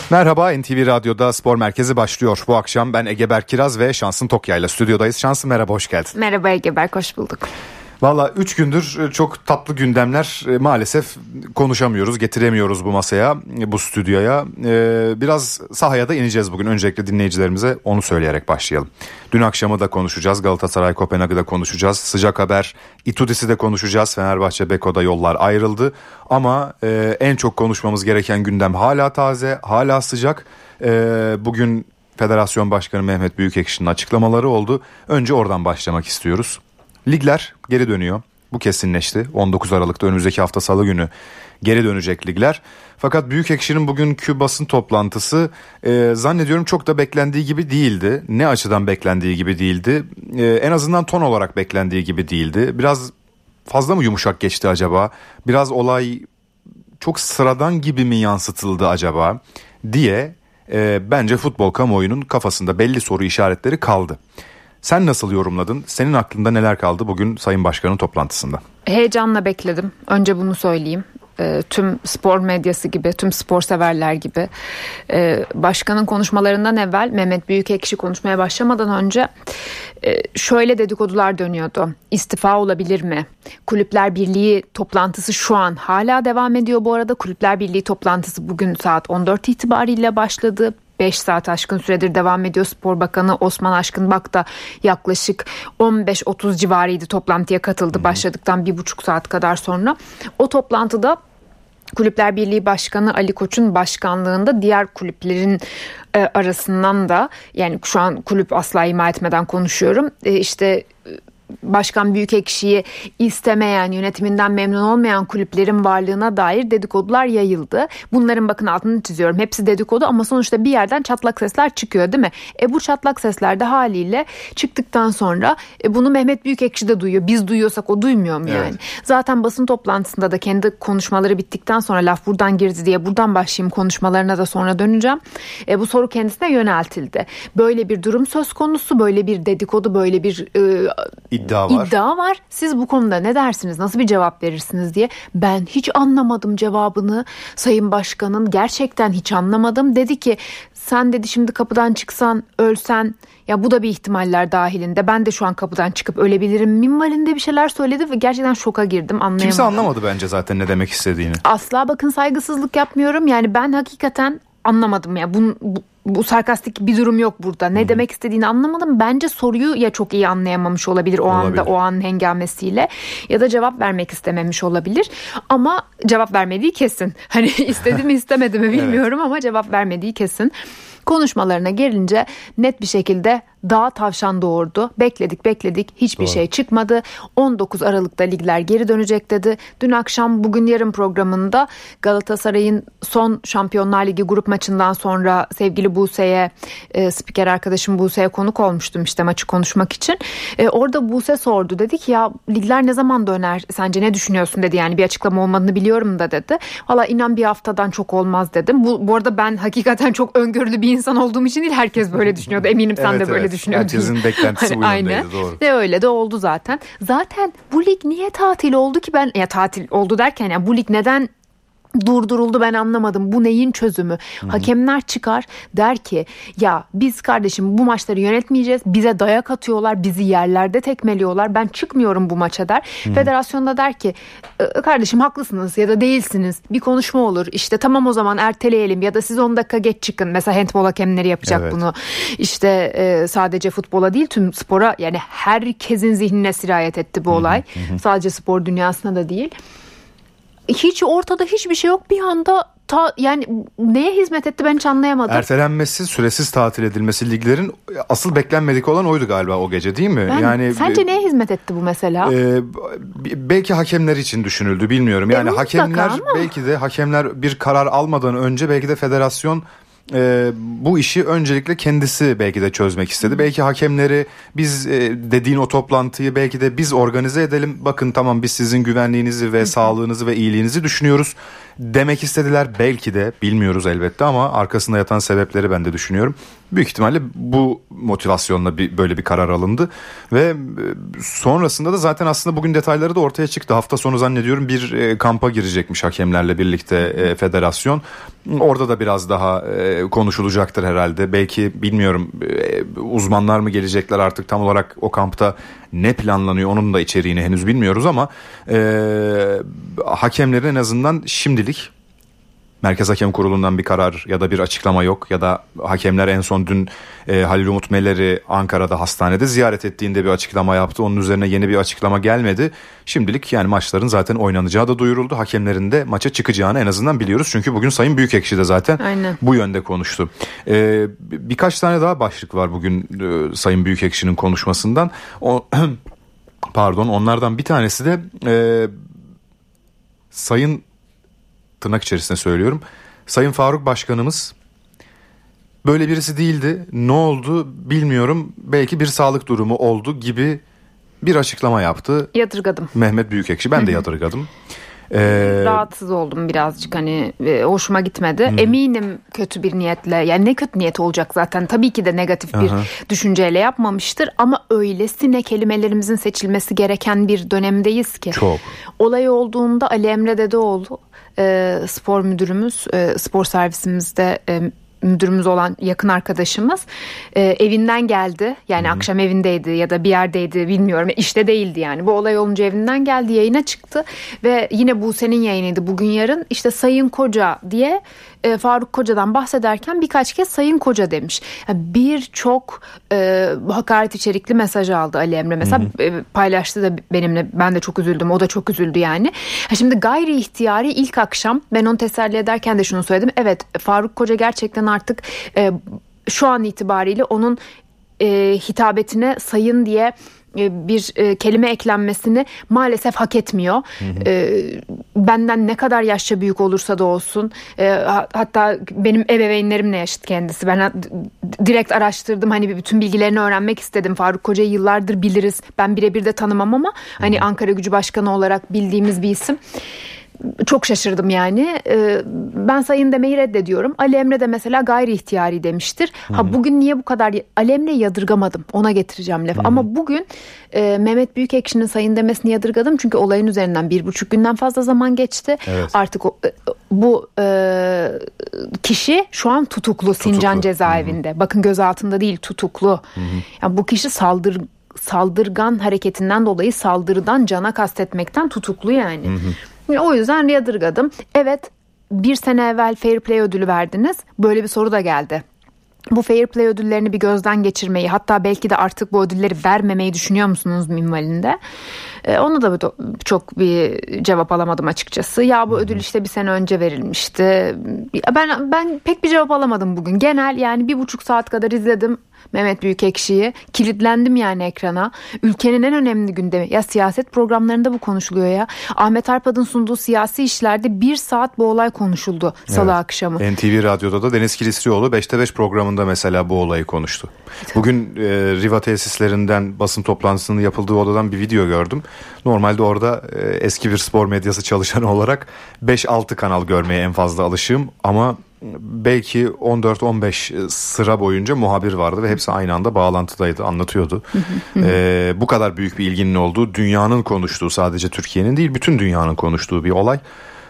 Merhaba, NTV Radyo'da Spor Merkezi başlıyor. Bu akşam ben Egeber Kiraz ve Şansın Tokya ile stüdyodayız. Şansın merhaba, hoş geldin. Merhaba Egeber, hoş bulduk. Valla 3 gündür çok tatlı gündemler maalesef konuşamıyoruz, getiremiyoruz bu masaya, bu stüdyoya. Biraz sahaya da ineceğiz bugün. Öncelikle dinleyicilerimize onu söyleyerek başlayalım. Dün akşamı da konuşacağız, Galatasaray Kopenhag'ı da konuşacağız. Sıcak haber, Itudis'i de konuşacağız. Fenerbahçe Beko'da yollar ayrıldı. Ama en çok konuşmamız gereken gündem hala taze, hala sıcak. Bugün Federasyon Başkanı Mehmet Büyükekşi'nin açıklamaları oldu. Önce oradan başlamak istiyoruz. Ligler geri dönüyor. Bu kesinleşti. 19 Aralık'ta önümüzdeki hafta Salı günü geri dönecek ligler. Fakat Büyükekşi'nin bugünkü basın toplantısı zannediyorum çok da beklendiği gibi değildi. Ne açıdan beklendiği gibi değildi? En azından ton olarak beklendiği gibi değildi. Biraz fazla mı yumuşak geçti acaba? Biraz olay çok sıradan gibi mi yansıtıldı acaba diye bence futbol kamuoyunun kafasında belli soru işaretleri kaldı. Sen nasıl yorumladın? Senin aklında neler kaldı bugün Sayın Başkan'ın toplantısında? Heyecanla bekledim. Önce bunu söyleyeyim. Tüm spor medyası gibi, tüm spor severler gibi. Başkanın konuşmalarından evvel Mehmet Büyükekşi konuşmaya başlamadan önce şöyle dedikodular dönüyordu. İstifa olabilir mi? Kulüpler Birliği toplantısı şu an hala devam ediyor bu arada. Kulüpler Birliği toplantısı bugün saat 14 itibariyle başladı. 5 saat aşkın süredir devam ediyor. Spor Bakanı Osman Aşkınbak da yaklaşık 15-30 civarıydı, toplantıya katıldı başladıktan 1,5 saat kadar sonra. O toplantıda Kulüpler Birliği Başkanı Ali Koç'un başkanlığında diğer kulüplerin arasından da, yani şu an kulüp asla ima etmeden konuşuyorum, Başkan Büyükekşi'yi istemeyen, yönetiminden memnun olmayan kulüplerin varlığına dair dedikodular yayıldı. Bunların bakın altını çiziyorum. Hepsi dedikodu ama sonuçta bir yerden çatlak sesler çıkıyor, değil mi? Bu çatlak sesler de haliyle çıktıktan sonra bunu Mehmet Büyükekşi de duyuyor. Biz duyuyorsak o duymuyor mu yani? Evet. Zaten basın toplantısında da kendi konuşmaları bittikten sonra laf buradan girdi diye buradan başlayayım, konuşmalarına da sonra döneceğim. Bu soru kendisine yöneltildi. Böyle bir durum söz konusu, böyle bir dedikodu, böyle bir İddia var. Siz bu konuda ne dersiniz? Nasıl bir cevap verirsiniz diye. Ben hiç anlamadım cevabını. Sayın Başkan'ın gerçekten hiç anlamadım. Dedi ki sen dedi şimdi kapıdan çıksan, ölsen, ya bu da bir ihtimaller dahilinde. Ben de şu an kapıdan çıkıp ölebilirim minvalinde bir şeyler söyledi ve gerçekten şoka girdim, anlayamadım. Kimse anlamadı bence zaten ne demek istediğini. Asla bakın saygısızlık yapmıyorum. Yani ben hakikaten anlamadım ya. Bu sarkastik bir durum yok burada. Ne demek istediğini anlamadım. Bence soruyu ya çok iyi anlayamamış olabilir o anda, o anın hengamesiyle, ya da cevap vermek istememiş olabilir. Ama cevap vermediği kesin. Hani istedi mi istemedi mi bilmiyorum evet. Ama cevap vermediği kesin. Konuşmalarına gelince net bir şekilde dağ tavşan doğurdu. Bekledik hiçbir şey çıkmadı. 19 Aralık'ta ligler geri dönecek dedi. Dün akşam Bugün Yarın programında Galatasaray'ın son Şampiyonlar Ligi grup maçından sonra sevgili Buse'ye, spiker arkadaşım Buse'ye konuk olmuştum işte maçı konuşmak için. Orada Buse sordu, dedi ki ya ligler ne zaman döner, sence ne düşünüyorsun dedi, yani bir açıklama olmadığını biliyorum da dedi. Valla inan bir haftadan çok olmaz dedim. Bu arada ben hakikaten çok öngörülü bir insan olduğum için değil, herkes böyle düşünüyordu, eminim sen de böyle düşünüyordun. Herkesin beklentisi bu yöndeydi, doğru. Ve öyle de oldu zaten. Zaten bu lig niye tatil oldu ki, ben tatil oldu derken yani bu lig neden durduruldu ben anlamadım. Bu neyin çözümü? Hakemler çıkar der ki ya biz kardeşim bu maçları yönetmeyeceğiz. Bize dayak atıyorlar. Bizi yerlerde tekmeliyorlar. Ben çıkmıyorum bu maça der. Federasyon da der ki kardeşim haklısınız ya da değilsiniz. Bir konuşma olur. İşte tamam o zaman erteleyelim ya da siz 10 dakika geç çıkın. Mesela handball hakemleri yapacak bunu. İşte sadece futbola değil tüm spora, yani herkesin zihnine sirayet etti bu olay. Sadece spor dünyasına da değil. Hiç ortada hiçbir şey yok, bir anda yani neye hizmet etti ben hiç anlayamadım. Ertelenmesi, süresiz tatil edilmesi liglerin asıl beklenmedik olan oydu galiba o gece, değil mi? Sence neye hizmet etti bu mesela? Belki hakemler için düşünüldü, bilmiyorum. Yani hakemler belki de hakemler bir karar almadan önce belki de federasyon bu işi öncelikle kendisi belki de çözmek istedi. Belki hakemleri biz dediğin o toplantıyı belki de biz organize edelim. Bakın tamam biz sizin güvenliğinizi ve sağlığınızı ve iyiliğinizi düşünüyoruz demek istediler. Belki de bilmiyoruz elbette ama arkasında yatan sebepleri ben de düşünüyorum. Büyük ihtimalle bu motivasyonla böyle bir karar alındı ve sonrasında da zaten aslında bugün detayları da ortaya çıktı. Hafta sonu zannediyorum bir kampa girecekmiş hakemlerle birlikte federasyon. Orada da biraz daha konuşulacaktır herhalde. Belki bilmiyorum, uzmanlar mı gelecekler artık, tam olarak o kampta ne planlanıyor onun da içeriğini henüz bilmiyoruz ama hakemlerin en azından şimdilik Merkez Hakem Kurulu'ndan bir karar ya da bir açıklama yok. Ya da hakemler en son dün Halil Umut Meler'i Ankara'da hastanede ziyaret ettiğinde bir açıklama yaptı. Onun üzerine yeni bir açıklama gelmedi. Şimdilik yani maçların zaten oynanacağı da duyuruldu. Hakemlerin de maça çıkacağını en azından biliyoruz. Çünkü bugün Sayın Büyükekşi de zaten bu yönde konuştu. Birkaç tane daha başlık var bugün Sayın Büyükekşi'nin konuşmasından. Onlardan bir tanesi de Sayın, tırnak içerisinde söylüyorum, Sayın Faruk Başkanımız böyle birisi değildi. Ne oldu bilmiyorum. Belki bir sağlık durumu oldu gibi bir açıklama yaptı. Yadırgadım. Mehmet Büyükekşi. Ben de yadırgadım. Rahatsız oldum birazcık, hani hoşuma gitmedi. Eminim kötü bir niyetle, yani ne kötü niyet olacak zaten, tabii ki de negatif bir düşünceyle yapmamıştır ama öylesine kelimelerimizin seçilmesi gereken bir dönemdeyiz ki. Çok. Olay olduğunda Ali Emre Dedeoğlu, spor müdürümüz, spor servisimizde müdürümüz olan yakın arkadaşımız evinden geldi. Yani akşam evindeydi ya da bir yerdeydi, bilmiyorum. İşte değildi yani. Bu olay olunca evinden geldi, yayına çıktı ve yine Buse'nin yayınıydı bugün yarın. İşte Sayın Koca diye Faruk Koca'dan bahsederken birkaç kez Sayın Koca demiş. Yani birçok hakaret içerikli mesaj aldı Ali Emre. Mesela paylaştı da benimle. Ben de çok üzüldüm. O da çok üzüldü yani. Şimdi gayri ihtiyari ilk akşam ben onu teselli ederken de şunu söyledim. Evet, Faruk Koca gerçekten artık şu an itibariyle onun hitabetine sayın diye bir kelime eklenmesini maalesef hak etmiyor. Benden ne kadar yaşça büyük olursa da olsun, hatta benim ebeveynlerimle yaşıt kendisi. Ben direkt araştırdım, hani bütün bilgilerini öğrenmek istedim. Faruk Koca'yı yıllardır biliriz. Ben birebir de tanımam ama hani Ankara Gücü Başkanı olarak bildiğimiz bir isim. Çok şaşırdım yani. Ben sayın demeyi reddediyorum. Ali Emre de mesela gayri ihtiyari demiştir. Bugün niye bu kadar Ali Emre'yi yadırgamadım. Ona getireceğim lafı. Ama bugün Mehmet Büyükekşi'nin sayın demesini yadırgadım. Çünkü olayın üzerinden 1,5 günden fazla zaman geçti. Evet. Artık bu kişi şu an tutuklu. Sincan cezaevinde. Bakın, gözaltında değil, tutuklu. Yani bu kişi saldırgan hareketinden dolayı saldırıdan cana kastetmekten tutuklu yani. O yüzden yadırgadım. Evet, bir sene evvel Fair Play ödülü verdiniz. Böyle bir soru da geldi. Bu Fair Play ödüllerini bir gözden geçirmeyi, hatta belki de artık bu ödülleri vermemeyi düşünüyor musunuz minvalinde? Onu da çok bir cevap alamadım açıkçası. Ya bu ödül işte bir sene önce verilmişti. Ben pek bir cevap alamadım bugün. Genel yani 1,5 saat kadar izledim Mehmet Büyükekşi'yi. Kilitlendim yani ekrana. Ülkenin en önemli gündemi. Ya siyaset programlarında bu konuşuluyor ya. Ahmet Arpad'ın sunduğu siyasi işlerde 1 saat bu olay konuşuldu salı akşamı. NTV Radyo'da da Deniz Kilislioğlu 5'te 5 programında mesela bu olayı konuştu. Bugün Riva tesislerinden basın toplantısının yapıldığı odadan bir video gördüm. Normalde orada eski bir spor medyası çalışanı olarak 5-6 kanal görmeye en fazla alışığım ama belki 14-15 sıra boyunca muhabir vardı ve hepsi aynı anda bağlantıdaydı, anlatıyordu. Bu kadar büyük bir ilginin olduğu, dünyanın konuştuğu, sadece Türkiye'nin değil bütün dünyanın konuştuğu bir olay.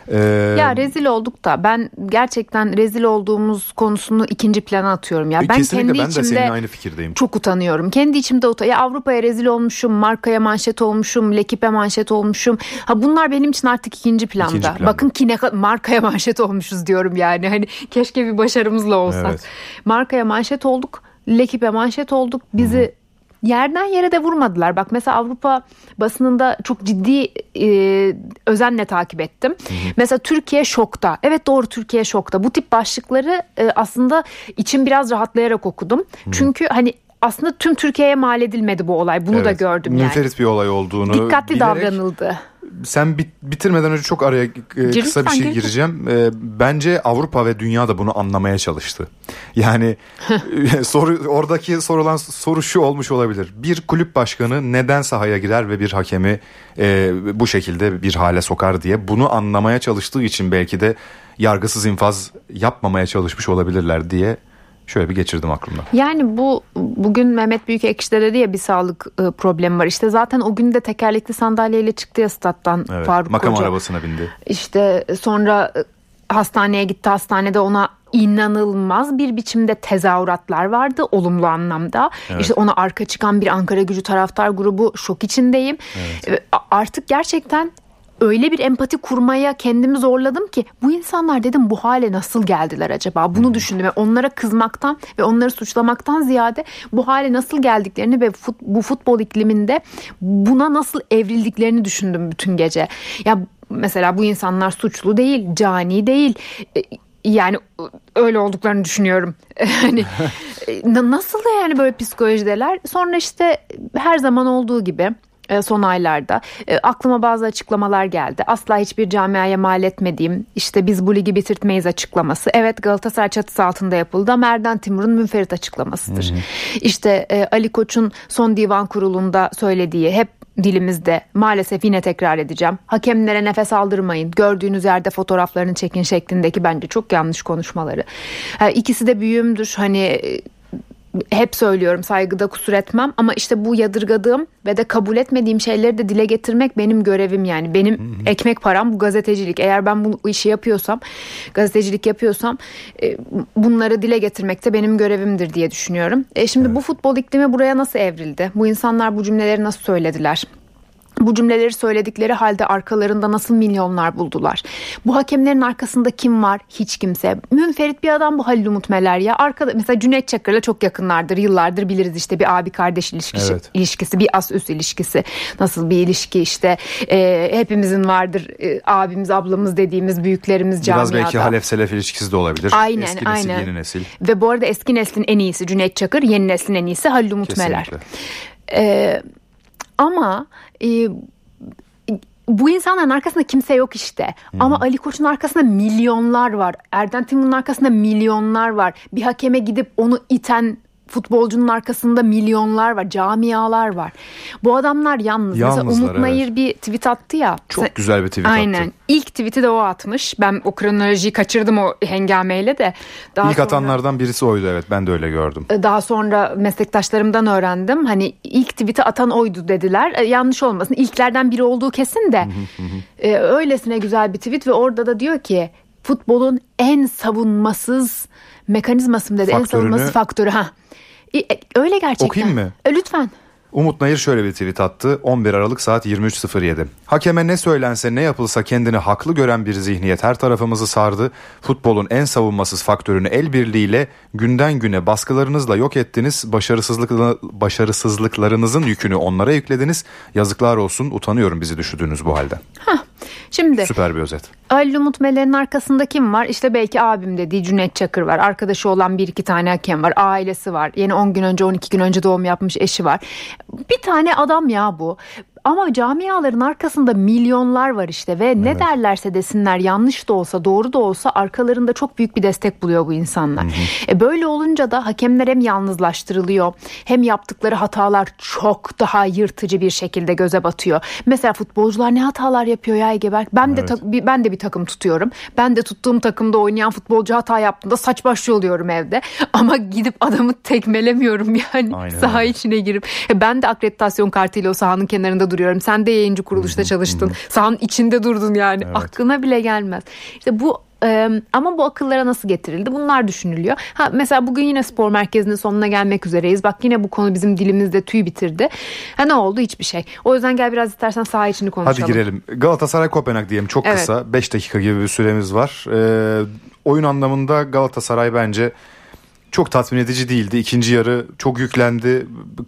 Ya rezil olduk da ben gerçekten rezil olduğumuz konusunu ikinci plana atıyorum ya. Ben kendi ben içimde de seninle aynı fikirdeyim. Çok utanıyorum. Kendi içimde ya Avrupa'ya rezil olmuşum, markaya manşet olmuşum, L'Equipe manşet olmuşum. Bunlar benim için artık ikinci planda. Bakın ki markaya manşet olmuşuz diyorum yani. Hani keşke bir başarımızla olsak. Evet. Markaya manşet olduk, L'Equipe manşet olduk. Bizi yerden yere de vurmadılar. Bak mesela Avrupa basınında çok ciddi özenle takip ettim. Mesela Türkiye şokta. Evet, doğru, Türkiye şokta. Bu tip başlıkları aslında içim biraz rahatlayarak okudum. Çünkü hani aslında tüm Türkiye'ye mal edilmedi bu olay. Bunu da gördüm yani. Münferit bir olay olduğunu dikkatli bilerek davranıldı. Sen bitirmeden önce çok araya kısa bir şey gireceğim. Bence Avrupa ve dünya da bunu anlamaya çalıştı. Yani oradaki sorulan soru şu olmuş olabilir. Bir kulüp başkanı neden sahaya girer ve bir hakemi bu şekilde bir hale sokar diye bunu anlamaya çalıştığı için belki de yargısız infaz yapmamaya çalışmış olabilirler diye şöyle bir geçirdim aklımda. Yani bugün Mehmet Büyükekşi dedi ya, bir sağlık problemi var. İşte zaten o gün de tekerlekli sandalyeyle çıktı ya stat'tan, evet, Faruk makam Koca. Arabasına bindi. İşte sonra hastaneye gitti. Hastanede ona inanılmaz bir biçimde tezahüratlar vardı olumlu anlamda. Evet. İşte ona arka çıkan bir Ankaragücü taraftar grubu, şok içindeyim. Evet. Artık gerçekten öyle bir empati kurmaya kendimi zorladım ki bu insanlar dedim bu hale nasıl geldiler acaba? Bunu düşündüm ve onlara kızmaktan ve onları suçlamaktan ziyade bu hale nasıl geldiklerini ve bu futbol ikliminde buna nasıl evrildiklerini düşündüm bütün gece. Ya mesela bu insanlar suçlu değil, cani değil. Yani öyle olduklarını düşünüyorum. Hani nasıl da yani böyle psikolojideler? Sonra işte her zaman olduğu gibi son aylarda aklıma bazı açıklamalar geldi. Asla hiçbir camiaya mal etmediğim, işte biz bu ligi bitirtmeyiz açıklaması. Evet, Galatasaray çatısı altında yapıldı ama Erden Timur'un münferit açıklamasıdır. İşte Ali Koç'un son divan kurulunda söylediği, hep dilimizde, maalesef yine tekrar edeceğim. Hakemlere nefes aldırmayın, gördüğünüz yerde fotoğraflarını çekin şeklindeki bence çok yanlış konuşmaları. İkisi de büyüğümdür. Hani hep söylüyorum, saygıda kusur etmem ama işte bu yadırgadığım ve de kabul etmediğim şeyleri de dile getirmek benim görevim yani. Benim ekmek param bu gazetecilik. Eğer ben bu işi yapıyorsam, gazetecilik yapıyorsam bunları dile getirmek de benim görevimdir diye düşünüyorum. Şimdi bu futbol iklimi buraya nasıl evrildi? Bu insanlar bu cümleleri nasıl söylediler? Bu cümleleri söyledikleri halde arkalarında nasıl milyonlar buldular? Bu hakemlerin arkasında kim var? Hiç kimse. Münferit bir adam bu Halil Umut Meler ya. Arkada mesela Cüneyt Çakır'la çok yakınlardır. Yıllardır biliriz işte bir abi kardeş ilişkisi, bir as üst ilişkisi. Nasıl bir ilişki işte hepimizin vardır. Abimiz, ablamız dediğimiz büyüklerimiz camiada. Biraz belki Halef Selef ilişkisi de olabilir. Aynen, eski nesil, yeni nesil. Ve bu arada eski neslin en iyisi Cüneyt Çakır, yeni neslin en iyisi Halil Umut Meler. Ama bu insanların arkasında kimse yok işte. Ama Ali Koç'un arkasında milyonlar var. Erden Timur'un arkasında milyonlar var. Bir hakeme gidip onu iten futbolcunun arkasında milyonlar var. Camialar var. Bu adamlar yalnızlar. Mesela Umut Nayır bir tweet attı ya. Çok güzel bir tweet attı. Aynen. İlk tweet'i de o atmış. Ben o kronolojiyi kaçırdım o hengameyle de. İlk atanlardan birisi oydu, evet, ben de öyle gördüm. Daha sonra meslektaşlarımdan öğrendim. Hani ilk tweet'i atan oydu dediler. Yanlış olmasın. İlklerden biri olduğu kesin de. Öylesine güzel bir tweet ve orada da diyor ki futbolun en savunmasız mekanizması mı dedi? En savunmasız faktörü. Öyle gerçekten. Okuyayım mı? Lütfen. Umut Nayır şöyle bir tweet attı. 11 Aralık saat 23.07. Hakeme ne söylense ne yapılsa kendini haklı gören bir zihniyet her tarafımızı sardı. Futbolun en savunmasız faktörünü el birliğiyle günden güne baskılarınızla yok ettiniz. Başarısızlıklarınızın yükünü onlara yüklediniz. Yazıklar olsun, utanıyorum bizi düşürdüğünüz bu halde. Şimdi süper bir özet. Ali Umut Meler'in arkasında kim var? İşte belki abim dediği Cüneyt Çakır var. Arkadaşı olan 1-2 tane hakem var. Ailesi var. Yeni 10 gün önce 12 gün önce doğum yapmış eşi var. Bir tane adam ya bu. Ama camiaların arkasında milyonlar var işte ve ne derlerse desinler, yanlış da olsa doğru da olsa arkalarında çok büyük bir destek buluyor bu insanlar. Böyle olunca da hakemler hem yalnızlaştırılıyor hem yaptıkları hatalar çok daha yırtıcı bir şekilde göze batıyor. Mesela futbolcular ne hatalar yapıyor ya Egeberk. Ben de bir takım tutuyorum. Ben de tuttuğum takımda oynayan futbolcu hata yaptığında saç başı oluyorum evde. Ama gidip adamı tekmelemiyorum yani saha içine girip. Ben de akreditasyon kartıyla o sahanın kenarında duruyorum. Sen de yayıncı kuruluşta çalıştın. Sahanın içinde durdun yani. Evet. Aklına bile gelmez. İşte bu ama bu akıllara nasıl getirildi? Bunlar düşünülüyor. Mesela bugün yine spor merkezinin sonuna gelmek üzereyiz. Bak yine bu konu bizim dilimizde tüy bitirdi. Ne oldu? Hiçbir şey. O yüzden gel biraz istersen saha içini konuşalım. Hadi girelim. Galatasaray Kopenhag diyelim. Çok kısa. 5 dakika gibi bir süremiz var. Oyun anlamında Galatasaray bence çok tatmin edici değildi. İkinci yarı çok yüklendi.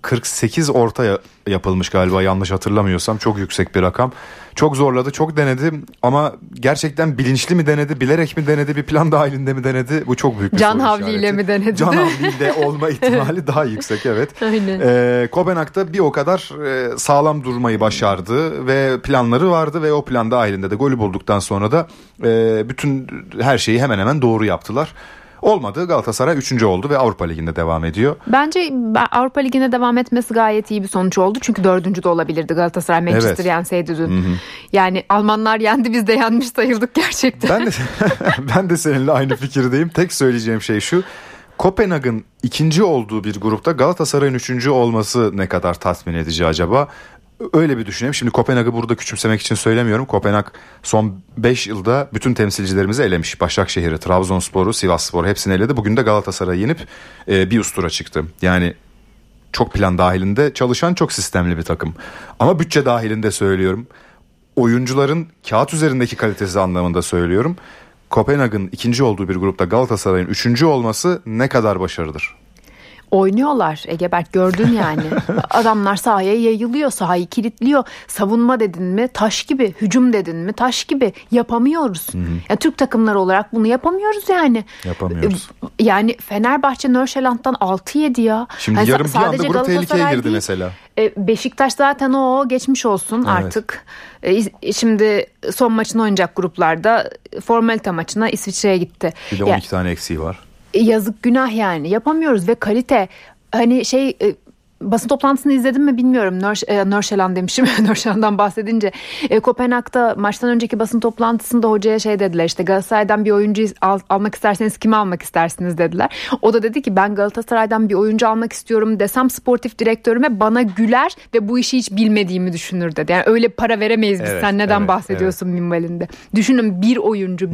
48 orta yapılmış galiba, yanlış hatırlamıyorsam. Çok yüksek bir rakam. Çok zorladı, çok denedi ama gerçekten bilinçli mi denedi, bilerek mi denedi, bir plan dahilinde mi denedi? Bu çok büyük bir soru işareti. Can havliyle mi denedi? Can havliyle olma ihtimali daha yüksek, evet. Aynen. Kopenhag'da bir o kadar sağlam durmayı başardı ve planları vardı ve o plan dahilinde de golü bulduktan sonra da bütün her şeyi hemen hemen doğru yaptılar. Olmadı. Galatasaray 3. oldu ve Avrupa Ligi'nde devam ediyor. Bence Avrupa Ligi'nde devam etmesi gayet iyi bir sonuç oldu. Çünkü 4. de olabilirdi Galatasaray Manchester yenseydi dün. Hı-hı. Yani Almanlar yendi, biz de yenmiş sayıldık gerçekten. Ben de seninle aynı fikirdeyim. Tek söyleyeceğim şey şu. Kopenhag'ın 2. olduğu bir grupta Galatasaray'ın 3. olması ne kadar tatmin edici acaba? Öyle bir düşünelim. Şimdi Kopenhag'ı burada küçümsemek için söylemiyorum. Kopenhag son 5 yılda bütün temsilcilerimizi elemiş. Başakşehir'i, Trabzonspor'u, Sivasspor'u hepsini eledi. Bugün de Galatasaray'ı yenip bir üst tura çıktı. Yani çok plan dahilinde çalışan, çok sistemli bir takım. Ama bütçe dahilinde söylüyorum. Oyuncuların kağıt üzerindeki kalitesi anlamında söylüyorum. Kopenhag'ın ikinci olduğu bir grupta Galatasaray'ın üçüncü olması ne kadar başarıdır? Oynuyorlar Egeberk, gördün yani. Adamlar sahaya yayılıyor, sahayı kilitliyor. Savunma dedin mi taş gibi, hücum dedin mi taş gibi, yapamıyoruz. Yani Türk takımları olarak bunu yapamıyoruz yani. Yapamıyoruz. Yani Fenerbahçe Nordsjælland'dan 6-7 ya. Şimdi yani yarın bir anda grup tehlikeye girdi değil, mesela. Beşiktaş zaten o geçmiş olsun artık. Şimdi son maçını oynayacak gruplarda, formalite maçına İsviçre'ye gitti. Bir de 12 tane eksiği var. Yazık, günah yani, yapamıyoruz ve kalite hani basın toplantısını izledim mi bilmiyorum. Nordsjælland demişim. Nordsjælland'dan bahsedince. Kopenhag'da maçtan önceki basın toplantısında hocaya dediler, işte Galatasaray'dan bir oyuncu almak isterseniz kimi almak istersiniz dediler. O da dedi ki ben Galatasaray'dan bir oyuncu almak istiyorum desem sportif direktörüme bana güler ve bu işi hiç bilmediğimi düşünür dedi. Yani öyle para veremeyiz biz, sen neden bahsediyorsun minvalinde. Düşünün, bir oyuncu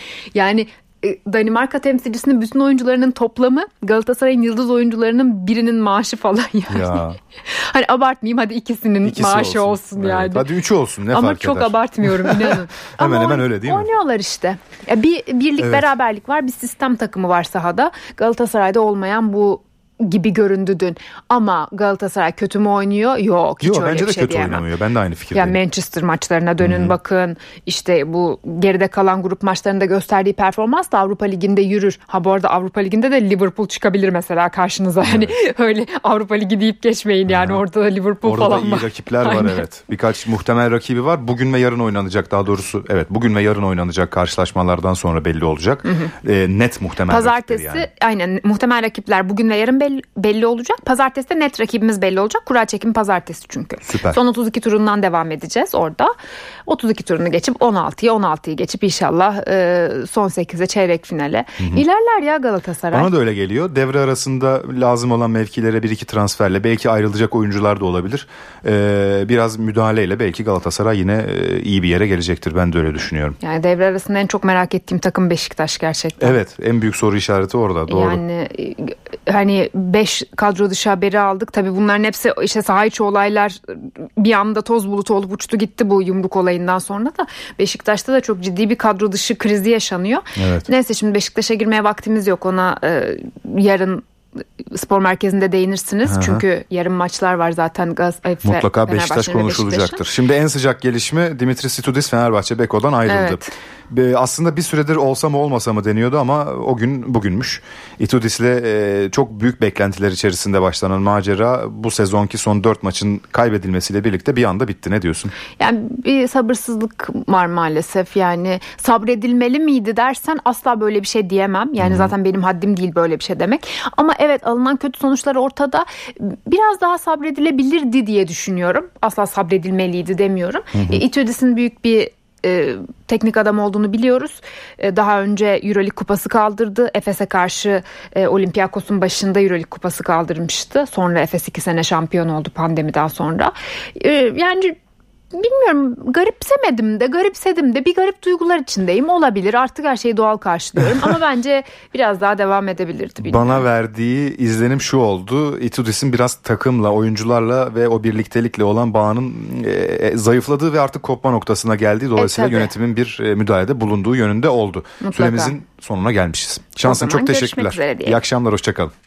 yani Danimarka temsilcisinin bütün oyuncularının toplamı Galatasaray'ın yıldız oyuncularının birinin maaşı falan yani. Ya. Hani abartmayayım, hadi ikisinin maaşı olsun yani. Evet. Hadi 3'ü olsun, ne ama fark eder. Ama çok abartmıyorum, inanın. hemen öyle değil mi? Oynuyorlar işte. Bir birlik beraberlik var, bir sistem takımı var sahada. Galatasaray'da olmayan bu gibi göründü dün. Ama Galatasaray kötü mü oynuyor? Yok, hiç öyle bir şey diyemem. Bence de kötü oynamıyor. Ben de aynı fikirdeyim. Yani Manchester maçlarına dönün, bakın. İşte bu geride kalan grup maçlarında gösterdiği performans da Avrupa Ligi'nde yürür. Bu arada Avrupa Ligi'nde de Liverpool çıkabilir mesela karşınıza. Yani öyle Avrupa Ligi deyip geçmeyin yani. Orada da Liverpool orada falan var. Orada da iyi rakipler var, evet. Birkaç muhtemel rakibi var. Bugün ve yarın oynanacak, daha doğrusu. Evet, bugün ve yarın oynanacak karşılaşmalardan sonra belli olacak. Net muhtemel Pazartesi, rakipleri yani. Aynen, muhtemel rakipler bugün ve yarın belli olacak. Pazartesi de net rakibimiz belli olacak. Kura çekimi pazartesi çünkü. Süper. Son 32 turundan devam edeceğiz orada. 32 turunu geçip 16'yı geçip inşallah son 8'e, çeyrek finale ilerler ya Galatasaray. Bana da öyle geliyor. Devre arasında lazım olan mevkilere 1-2 transferle belki ayrılacak oyuncular da olabilir. Biraz müdahaleyle belki Galatasaray yine iyi bir yere gelecektir. Ben de öyle düşünüyorum. Yani devre arasında en çok merak ettiğim takım Beşiktaş gerçekten. Evet, en büyük soru işareti orada, doğru. Yani hani 5 kadro dışı haberi aldık. Tabii bunların hepsi işte saha içi olaylar, bir anda toz bulutu olup uçtu gitti bu yumruk olayından sonra da. Beşiktaş'ta da çok ciddi bir kadro dışı krizi yaşanıyor. Evet. Neyse, şimdi Beşiktaş'a girmeye vaktimiz yok. Ona yarın spor merkezinde değinirsiniz. Hı-hı. Çünkü yarın maçlar var zaten. Mutlaka Beşiktaş konuşulacaktır. Şimdi en sıcak gelişme, Dimitris Itoudis Fenerbahçe Beko'dan ayrıldı. Evet. Aslında bir süredir olsa mı olmasa mı deniyordu ama o gün bugünmüş. Itoudis'le çok büyük beklentiler içerisinde başlanan macera bu sezonki son 4 maçın kaybedilmesiyle birlikte bir anda bitti. Ne diyorsun? Yani bir sabırsızlık var maalesef. Yani sabredilmeli miydi dersen asla böyle bir şey diyemem. Yani zaten benim haddim değil böyle bir şey demek. Ama evet, alınan kötü sonuçlar ortada. Biraz daha sabredilebilirdi diye düşünüyorum. Asla sabredilmeliydi demiyorum. Itoudis'in büyük bir teknik adam olduğunu biliyoruz. Daha önce EuroLeague kupası kaldırdı. Efes'e karşı Olympiakos'un başında EuroLeague kupası kaldırmıştı. Sonra Efes 2 sene şampiyon oldu pandemiden sonra. Yani bilmiyorum, garipsemedim de garipsedim de, bir garip duygular içindeyim. Olabilir, artık her şeyi doğal karşılıyorum ama bence biraz daha devam edebilirdi. Bilmiyorum. Bana verdiği izlenim şu oldu: Itoudis'in biraz takımla, oyuncularla ve o birliktelikle olan bağının zayıfladığı ve artık kopma noktasına geldiği, dolayısıyla yönetimin bir müdahalede bulunduğu yönünde oldu. Mutlaka. Süremizin sonuna gelmişiz. Şansın çok teşekkürler. İyi akşamlar, hoşçakalın.